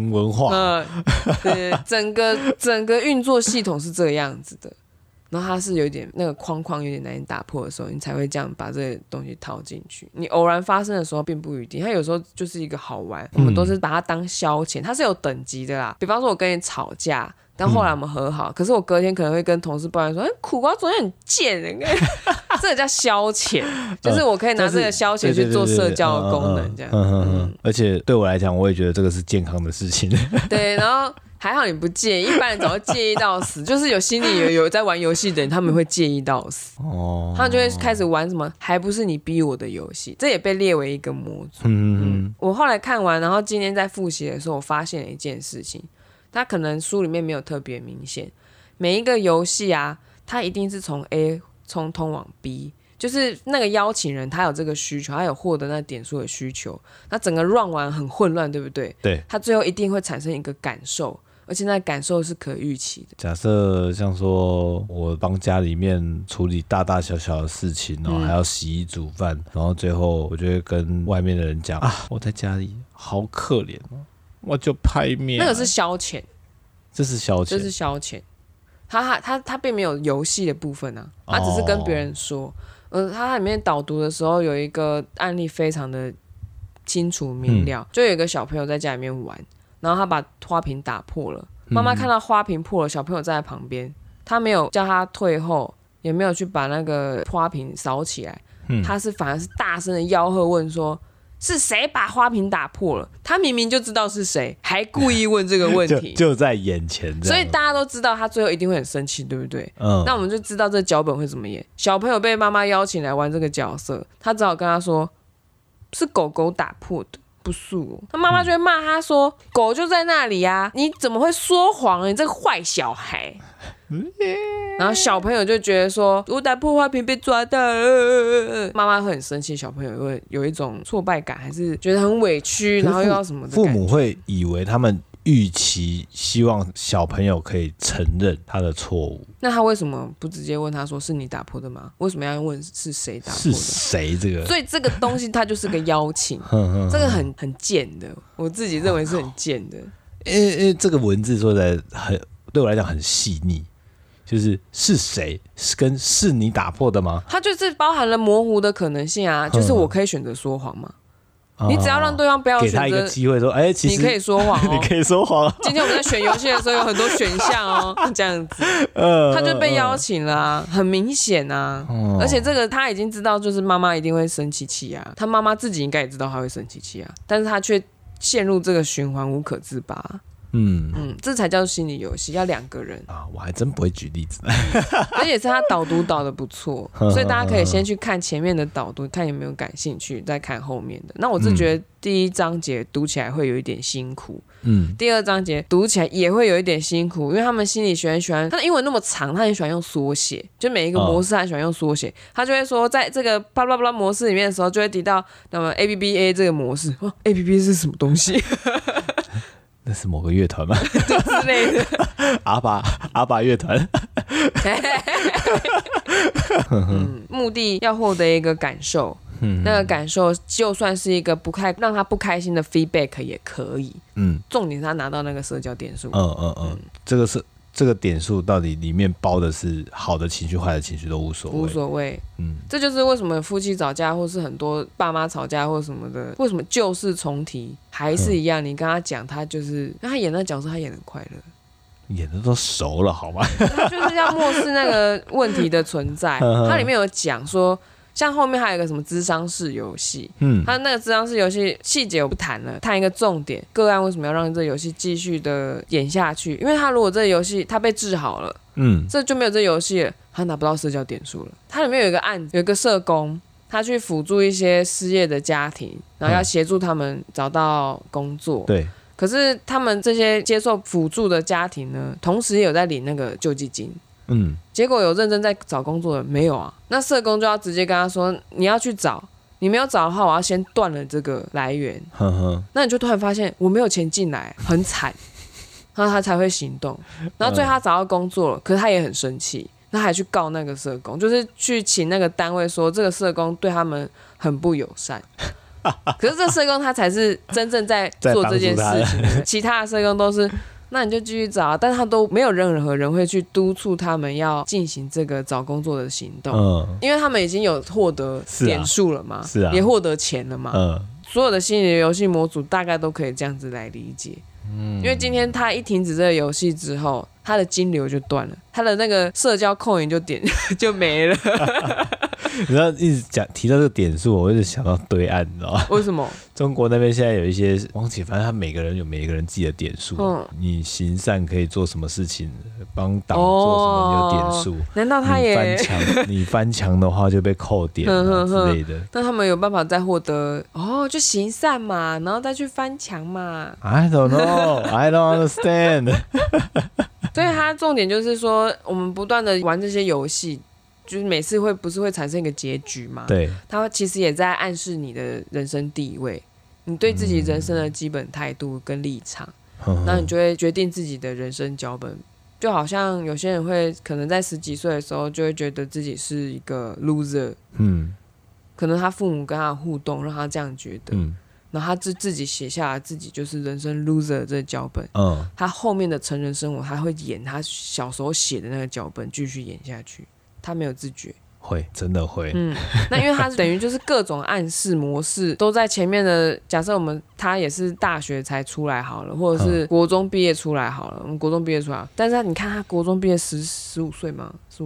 对，整个运作系统是这个样子的。然后它是有点那个框框有点难以打破的时候，你才会这样把这个东西套进去。你偶然发生的时候并不一定，它有时候就是一个好玩，我们都是把它当消遣，它是有等级的啦。比方说我跟你吵架，但后来我们和好，可是我隔天可能会跟同事抱怨说苦瓜昨天很贱这个叫消遣，就是我可以拿这个消遣去做社交的功能这样。 而且对我来讲我也觉得这个是健康的事情对，然后还好你不介意，一般人早就介意到死就是有心里有在玩游戏的人，他们会介意到死他们就会开始玩什么还不是你逼我的游戏，这也被列为一个模组。我后来看完，然后今天在复习的时候，我发现了一件事情，它可能书里面没有特别明显，每一个游戏啊，它一定是从 A 通往 B， 就是那个邀请人他有这个需求，他有获得那点数的需求，那整个 run 完很混乱，对不对？ 对， 他最后一定会产生一个感受，而且那感受是可预期的。 假设像说我帮家里面处理大大小小的事情，然后还要洗衣煮饭，然后最后我就会跟外面的人讲我在家里好可怜我就拍面那个是消遣， 这是消遣他并没有游戏的部分啊，他只是跟别人说他里面导读的时候有一个案例非常的清楚明了，就有一个小朋友在家里面玩，然后他把花瓶打破了，妈妈看到花瓶破了，小朋友站在旁边，他没有叫他退后，也没有去把那个花瓶扫起来，他反而是大声的吆喝问说是谁把花瓶打破了？他明明就知道是谁，还故意问这个问题就在眼前， 所以大家都知道他最后一定会很生气，对不对？那我们就知道这脚本会怎么演。小朋友被妈妈邀请来玩这个角色，他只好跟他说是狗狗打破的，不是我。他妈妈就会骂他说狗就在那里啊，你怎么会说谎你这个坏小孩然后小朋友就觉得说我打破花瓶被抓到了，妈妈会很生气，小朋友会有一种挫败感，还是觉得很委屈，然后又要什么的父母会以为他们预期希望小朋友可以承认他的错误， 那他为什么不直接问他说是你打破的吗？为什么要问是谁打破的？ 是谁这个？ 所以这个东西它就是个邀请这个很贱的，我自己认为是很贱的。 因为这个文字说的对我来讲很细腻，就是谁跟是你打破的吗？ 它就是包含了模糊的可能性啊，就是我可以选择说谎吗？你只要让对方不要选择， 给他一个机会说其实你可以说谎你可以说谎今天我们在选游戏的时候有很多选项这样子他就被邀请了很明显啊而且这个他已经知道就是妈妈一定会生气气啊，他妈妈自己应该也知道他会生气气啊，但是他却陷入这个循环无可自拔这才叫心理游戏，要2个人啊！我还真不会举例子， 而且是他导读导的不错，所以大家可以先去看前面的导读，看有没有感兴趣，再看后面的。那我是觉得第1章节读起来会有一点辛苦，第2章节读起来也会有一点辛苦，因为他们心理学很喜欢，他的英文那么长，他很喜欢用缩写，就每一个模式他很喜欢用缩写，他就会说在这个巴拉巴拉模式里面的时候，就会提到那么 ABBA 这个模式，ABBA 是什么东西？ 那是某个乐团吗？ 之类的， 阿爸乐团。 目的要获得一个感受，那个感受就算是一个让他不开心的 feedback 也可以。重点是他拿到那个社交点数。 这个点数到底里面包的是好的情绪、坏的情绪都无所谓。这就是为什么夫妻吵架，或是很多爸妈吵架或什么的，为什么旧事重提还是一样。你跟他讲，他就是他演那个角色，他演得很快乐，演的都熟了，好吗？ 他就是要漠视那个问题的存在。他里面有讲说。像后面还有一个什么諮商室游戏，他那个諮商室游戏细节我不谈了，谈一个重点，个案为什么要让这个游戏继续的演下去？因为他如果这个游戏他被治好了，这就没有这游戏了，他拿不到社交点数了。它里面有一个案子，有一个社工，他去辅助一些失业的家庭，然后要协助他们找到工作。 对。 可是他们这些接受辅助的家庭呢，同时也有在领那个救济金。结果有认真在找工作的没有啊？那社工就要直接跟他说，你要去找，你没有找的话，我要先断了这个来源。那你就突然发现我没有钱进来，很惨，然后他才会行动。然后最后他找到工作了，可是他也很生气，他还去告那个社工，就是去请那个单位说这个社工对他们很不友善。可是这社工他才是真正在做这件事情的，其他的社工都是。那你就继续找，但是他都没有任何人会去督促他们要进行这个找工作的行动，因为他们已经有获得点数了嘛，也获得钱了嘛，所有的心理游戏模组大概都可以这样子来理解。因为今天他一停止这个游戏之后，他的金流就断了，他的那个社交扣银就没了。 你知道一直提到这个点数，我一直想到对岸，你知道吗？ 为什么？ 中国那边现在有一些忘记，反正他每个人有每个人自己的点数。你行善可以做什么事情，帮党做什么有点数。 难道他也你翻墙的话就被扣点之类的？ 那他们有办法再获得就行善嘛，然后再去翻墙嘛 ？I don't know, I don't understand 。 所以他重点就是说，我们不断的玩这些游戏。就是每次不是会产生一个结局嘛？ 对， 它其实也在暗示你的人生地位，你对自己人生的基本态度跟立场，那你就会决定自己的人生脚本。就好像有些人会可能在10几岁的时候就会觉得自己是一个 loser，可能他父母跟他的互动让他这样觉得，然后他自己写下来自己就是人生 loser 这个脚本，他后面的成人生活他会演他小时候写的那个脚本继续演下去。他没有自觉， 会真的会。 那因为他等于就是各种暗示模式都在前面的。假设他也是大学才出来好了，或者是国中毕业出来好了，我们国中毕业出来，但是你看他国中毕业15岁吗？15、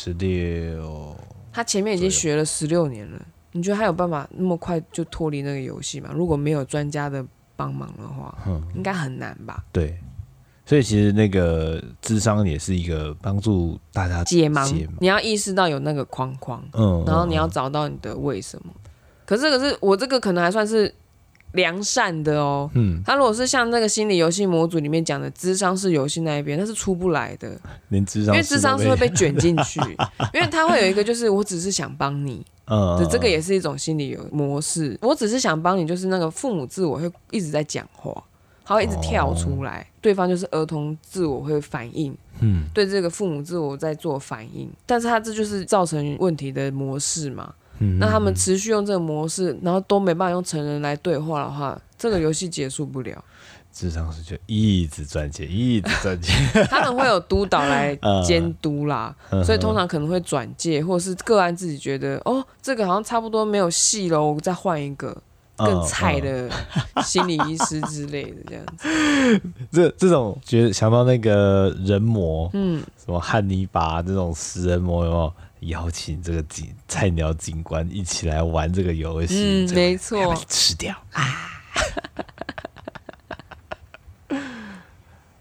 16， 他前面已经学了16年了。你觉得他有办法那么快就脱离那个游戏吗？如果没有专家的帮忙的话，应该很难吧？ 对。所以其实那个諮商也是一个帮助大家解盲，你要意识到有那个框框，然后你要找到你的为什么。可是我这个可能还算是良善的哦。他如果是像那个心理游戏模组里面讲的諮商式游戏那一边，那是出不来的， 连諮商因为諮商是会被卷进去，因为他会有一个就是我只是想帮你。这个也是一种心理模式，我只是想帮你，就是那个父母自我会一直在讲话。他会一直跳出来，对方就是儿童自我会反应，对这个父母自我在做反应，但是他这就是造成问题的模式嘛。那他们持续用这个模式，然后都没办法用成人来对话的话，这个游戏结束不了。 諮商师就一直赚钱，一直赚钱。 他们会有督导来监督啦，所以通常可能会转介，或者是个案自己觉得这个好像差不多没有戏了，我再换一个。更菜的心理医师之类的这样子，这种觉得想到那个人魔，什么汉尼拔这种食人魔，有没有邀请这个菜鸟警官一起来玩这个游戏？ 没错， 吃掉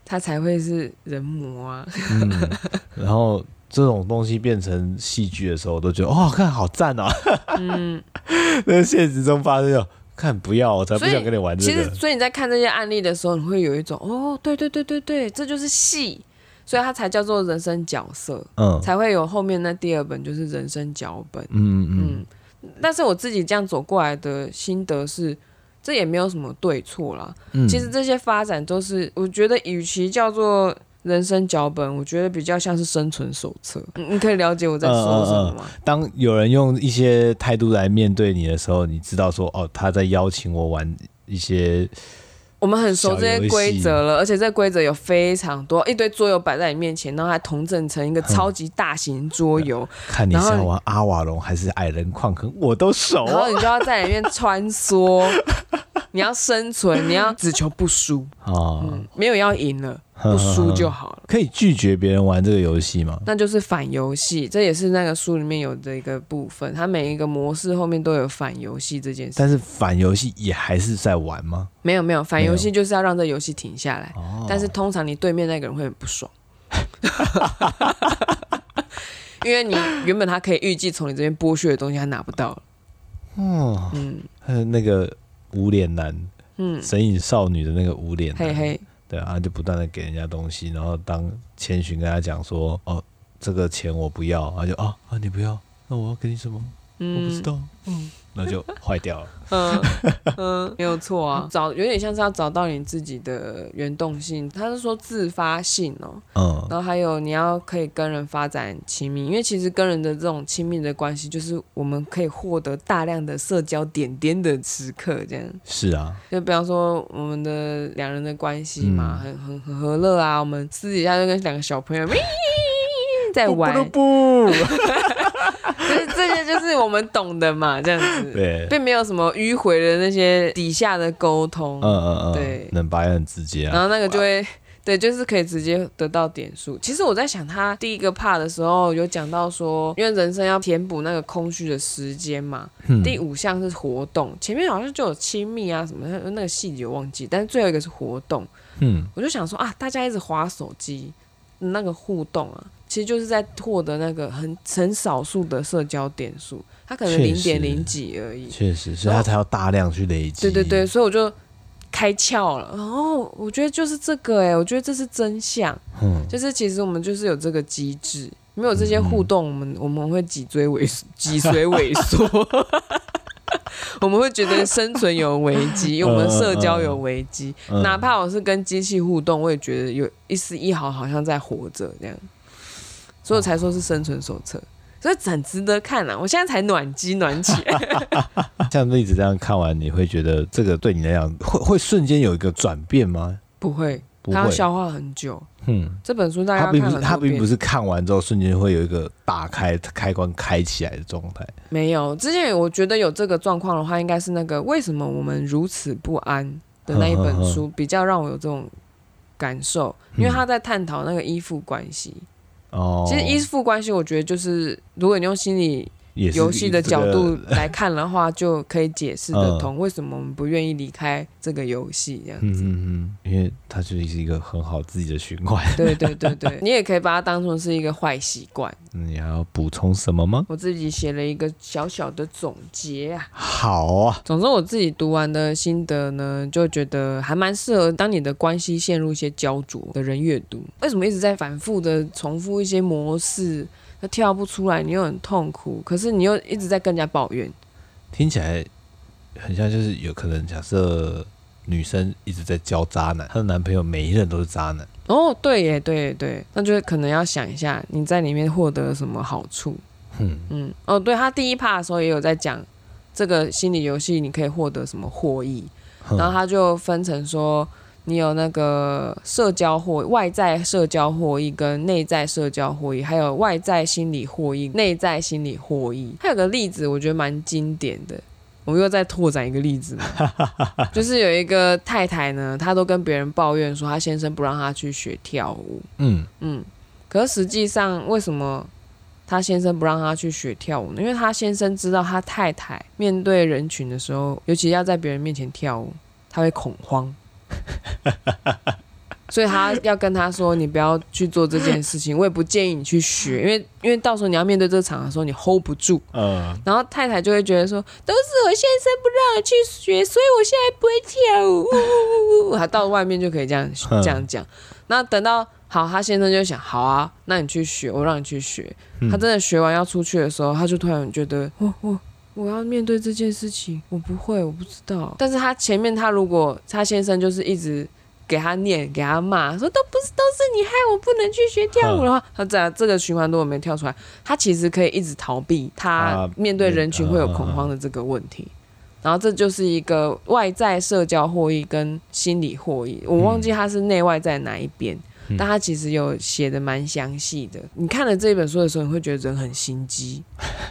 它才会是人魔啊。 然后这种东西变成戏剧的时候，我都觉得看好赞啊。那现实中发生看不要，我才不想跟你玩这个。 所以你在看这些案例的时候，你会有一种对，这就是戏，所以它才叫做人生角色，才会有后面那第二本就是人生脚本。但是我自己这样走过来的心得是，这也没有什么对错啦。其实这些发展都是，我觉得与其叫做人生脚本，我觉得比较像是生存手册。你可以了解我在说什么吗？ 当有人用一些态度来面对你的时候，你知道说他在邀请我玩一些我们很熟这些规则了，而且这规则有非常多，一堆桌游摆在你面前，然后还统整成一个超级大型桌游。 看你是要玩阿瓦隆还是矮人矿坑，我都熟。 然后你就要在里面穿梭，你要生存，你要只求不输。没有要赢了，不输就好了。 可以拒绝别人玩这个游戏吗？ 那就是反游戏，这也是那个书里面有的一个部分。它每一个模式后面都有反游戏这件事。 但是反游戏也还是在玩吗？ 没有，反游戏就是要让这游戏停下来。但是通常你对面那个人会很不爽，因为你原本他可以预计从你这边剥削的东西，他拿不到了。 那个无脸男，神隐少女的那个无脸男，对啊，就不断的给人家东西，然后当千寻跟他讲说，这个钱我不要，他就你不要，那我要给你什么？我不知道，那就坏掉了。 没有错啊，有点像是要找到你自己的原动性。他是说自发性然后还有你要可以跟人发展亲密，因为其实跟人的这种亲密的关系，就是我们可以获得大量的社交点点的时刻，这样。是啊，就比方说我们的两人的关系嘛，很和乐啊，我们私底下就跟两个小朋友在玩。这些就是我们懂的嘛，这样子，对，并没有什么迂回的那些底下的沟通，对，能把也很直接啊，然后那个就会，对，就是可以直接得到点数。其实我在想，他第一个 part 的时候有讲到说，因为人生要填补那个空虚的时间嘛，第5项是活动，前面好像就有亲密啊什么，那个细节我忘记，但是最后一个是活动，我就想说大家一直滑手机，那个互动啊。其实就是在获得那个很少数的社交点数，它可能0.0几而已。确实，所以它才要大量去累积。对，所以我就开窍了。我觉得就是这个我觉得这是真相。就是其实我们就是有这个机制，没有这些互动，我们会脊髓萎缩。我们会觉得生存有危机，我们社交有危机。哪怕我是跟机器互动，我也觉得有一丝一毫好像在活着这样。所以我才说是生存手册，所以很值得看啊！我现在才暖起来。像例子这样看完，你会觉得这个对你来讲会瞬间有一个转变吗？不会，它要消化很久。这本书大家要看很多遍。它并不是看完之后瞬间会有一个打开开关开起来的状态。没有，之前我觉得有这个状况的话，应该是那个为什么我们如此不安的那一本书比较让我有这种感受，因为他在探讨那个依附关系。其实依附关系我觉得就是如果你用心理游戏的角度来看的话，就可以解释得通为什么我们不愿意离开这个游戏这样子。因为它就是一个很好自己的循环。对，你也可以把它当成是一个坏习惯。你还要补充什么吗？我自己写了一个小小的总结啊。好啊。总之我自己读完的心得呢，就觉得还蛮适合当你的关系陷入一些焦灼的人阅读。为什么一直在反复的重复一些模式？跳不出来，你又很痛苦，可是你又一直在跟人家抱怨，听起来很像就是有可能假设女生一直在教渣男，她的男朋友每一任都是渣男。对耶，对，那就可能要想一下你在里面获得什么好处。对，他第一 part 的时候也有在讲这个心理游戏你可以获得什么获益，然后他就分成说你有那个社交获益、外在社交获益跟内在社交获益，还有外在心理获益、内在心理获益。还有个例子我觉得蛮经典的，我们又再拓展一个例子嘛，就是有一个太太呢，她都跟别人抱怨说她先生不让她去学跳舞。可是实际上为什么她先生不让她去学跳舞呢？因为她先生知道她太太面对人群的时候，尤其要在别人面前跳舞，她会恐慌。 所以他要跟他说你不要去做这件事情，我也不建议你去学，因为到时候你要面对这个场合的时候你 hold 不住，然后太太就会觉得说都是我先生不让我去学，所以我现在不会跳舞，他到外面就可以这样讲，那等到好，他先生就想好啊，那你去学，我让你去学，他真的学完要出去的时候，他就突然觉得我要面对这件事情，我不会，我不知道。但是他前面如果他先生就是一直给他念给他骂，说都是你害我不能去学跳舞的话，他这个循环如果没跳出来，他其实可以一直逃避他面对人群会有恐慌的这个问题。然后这就是一个外在社交获益跟心理获益，我忘记他是内外在哪一边，但他其实有写的蛮详细的。你看了这本书的时候，你会觉得人很心机。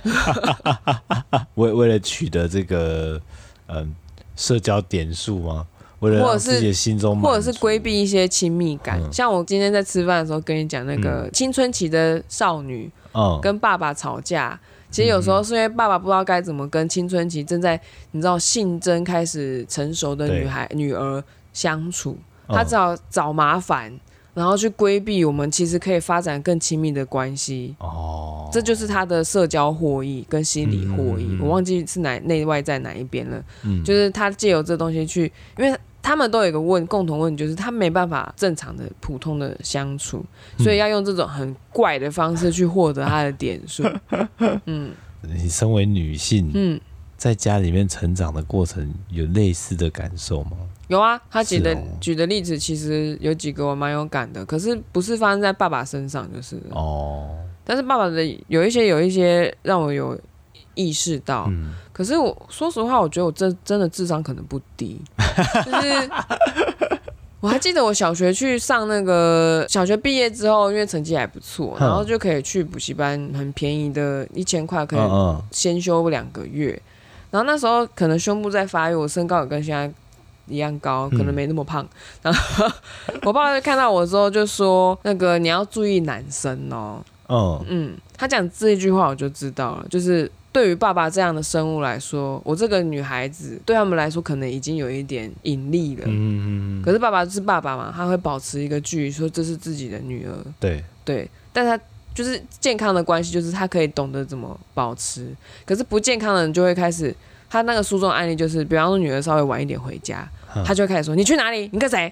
为了取得这个社交点数吗？为了让自己的心中满足， 或者是规避一些亲密感。像我今天在吃饭的时候跟你讲那个青春期的少女跟爸爸吵架，其实有时候是因为爸爸不知道该怎么跟青春期正在你知道性征开始成熟的女儿相处，他只好找麻烦，然后去规避我们其实可以发展更亲密的关系。这就是他的社交获益跟心理获益，我忘记是内外在哪一边了。就是他借由这东西去，因为他们都有一个共同问题，就是他没办法正常的普通的相处，所以要用这种很怪的方式去获得他的点数。 你身为女性，在家里面成长的过程有类似的感受吗？ 有啊，他举的例子其实有几个我蛮有感的，可是不是发生在爸爸身上就是了。但是爸爸的有一些让我有意识到，可是我说实话，我觉得我真的智商可能不低，就是我还记得我小学去上那个小学毕业之后，因为成绩还不错，然后就可以去补习班，很便宜的1000块可以先修2个月，然后那时候可能胸部在发育，我身高也跟现在一样高，可能没那么胖。然后我爸爸就看到我之后就说：“那个你要注意男生哦。”他讲这一句话我就知道了，就是对于爸爸这样的生物来说，我这个女孩子对他们来说可能已经有一点引力了。可是爸爸是爸爸嘛，他会保持一个距离，说这是自己的女儿。对，但他就是健康的关系，就是他可以懂得怎么保持。可是不健康的人就会开始，他那个书中案例就是，比方说女儿稍微晚一点回家，他就会开始说：“你去哪里？你跟谁？”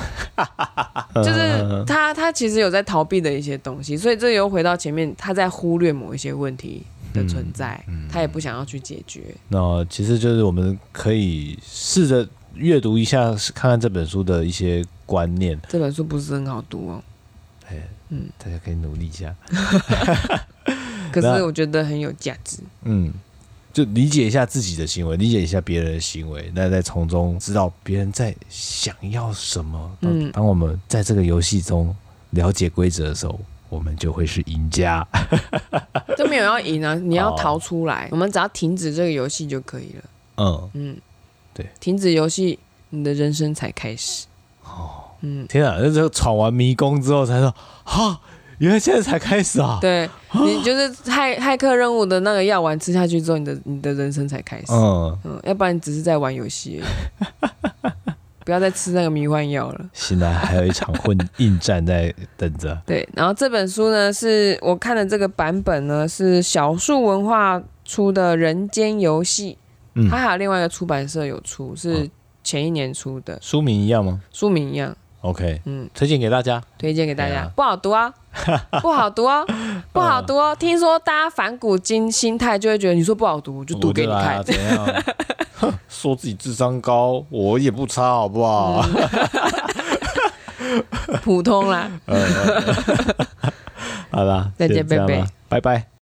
就是他其实有在逃避的一些东西，所以这又回到前面，他在忽略某一些问题的存在，他也不想要去解决。 那其实就是我们可以试着阅读一下，看看这本书的一些观念。 这本书不是很好读哦， 大家可以努力一下。 可是我觉得很有价值。 就理解一下自己的行为，理解一下别人的行为，那再从中知道别人在想要什么。当我们在这个游戏中了解规则的时候，我们就会是赢家。 就没有要赢啊，你要逃出来，我们只要停止这个游戏就可以了。对，停止游戏，你的人生才开始。 天啊，这闯完迷宫之后才说，原来现在才开始啊！ 对，你就是骇客任务的那个药丸吃下去之后，你的人生才开始。要不然你只是在玩游戏而已。不要再吃那个迷幻药了。 现在还有一场硬战在等着。 对，然后这本书呢，是我看的这个版本呢，是小树文化出的《人间游戏》，它还有另外一个出版社有出，是前一年出的。 书名一样吗？ 书名一样。 OK， 推荐给大家， 不好读啊，不好读哦，不好读哦。听说大家反骨心态就会觉得你说不好读，我就读给你看。 怎样？说自己智商高，我也不差，好不好？ 普通啦。 好啦， 再见，拜拜， 拜拜。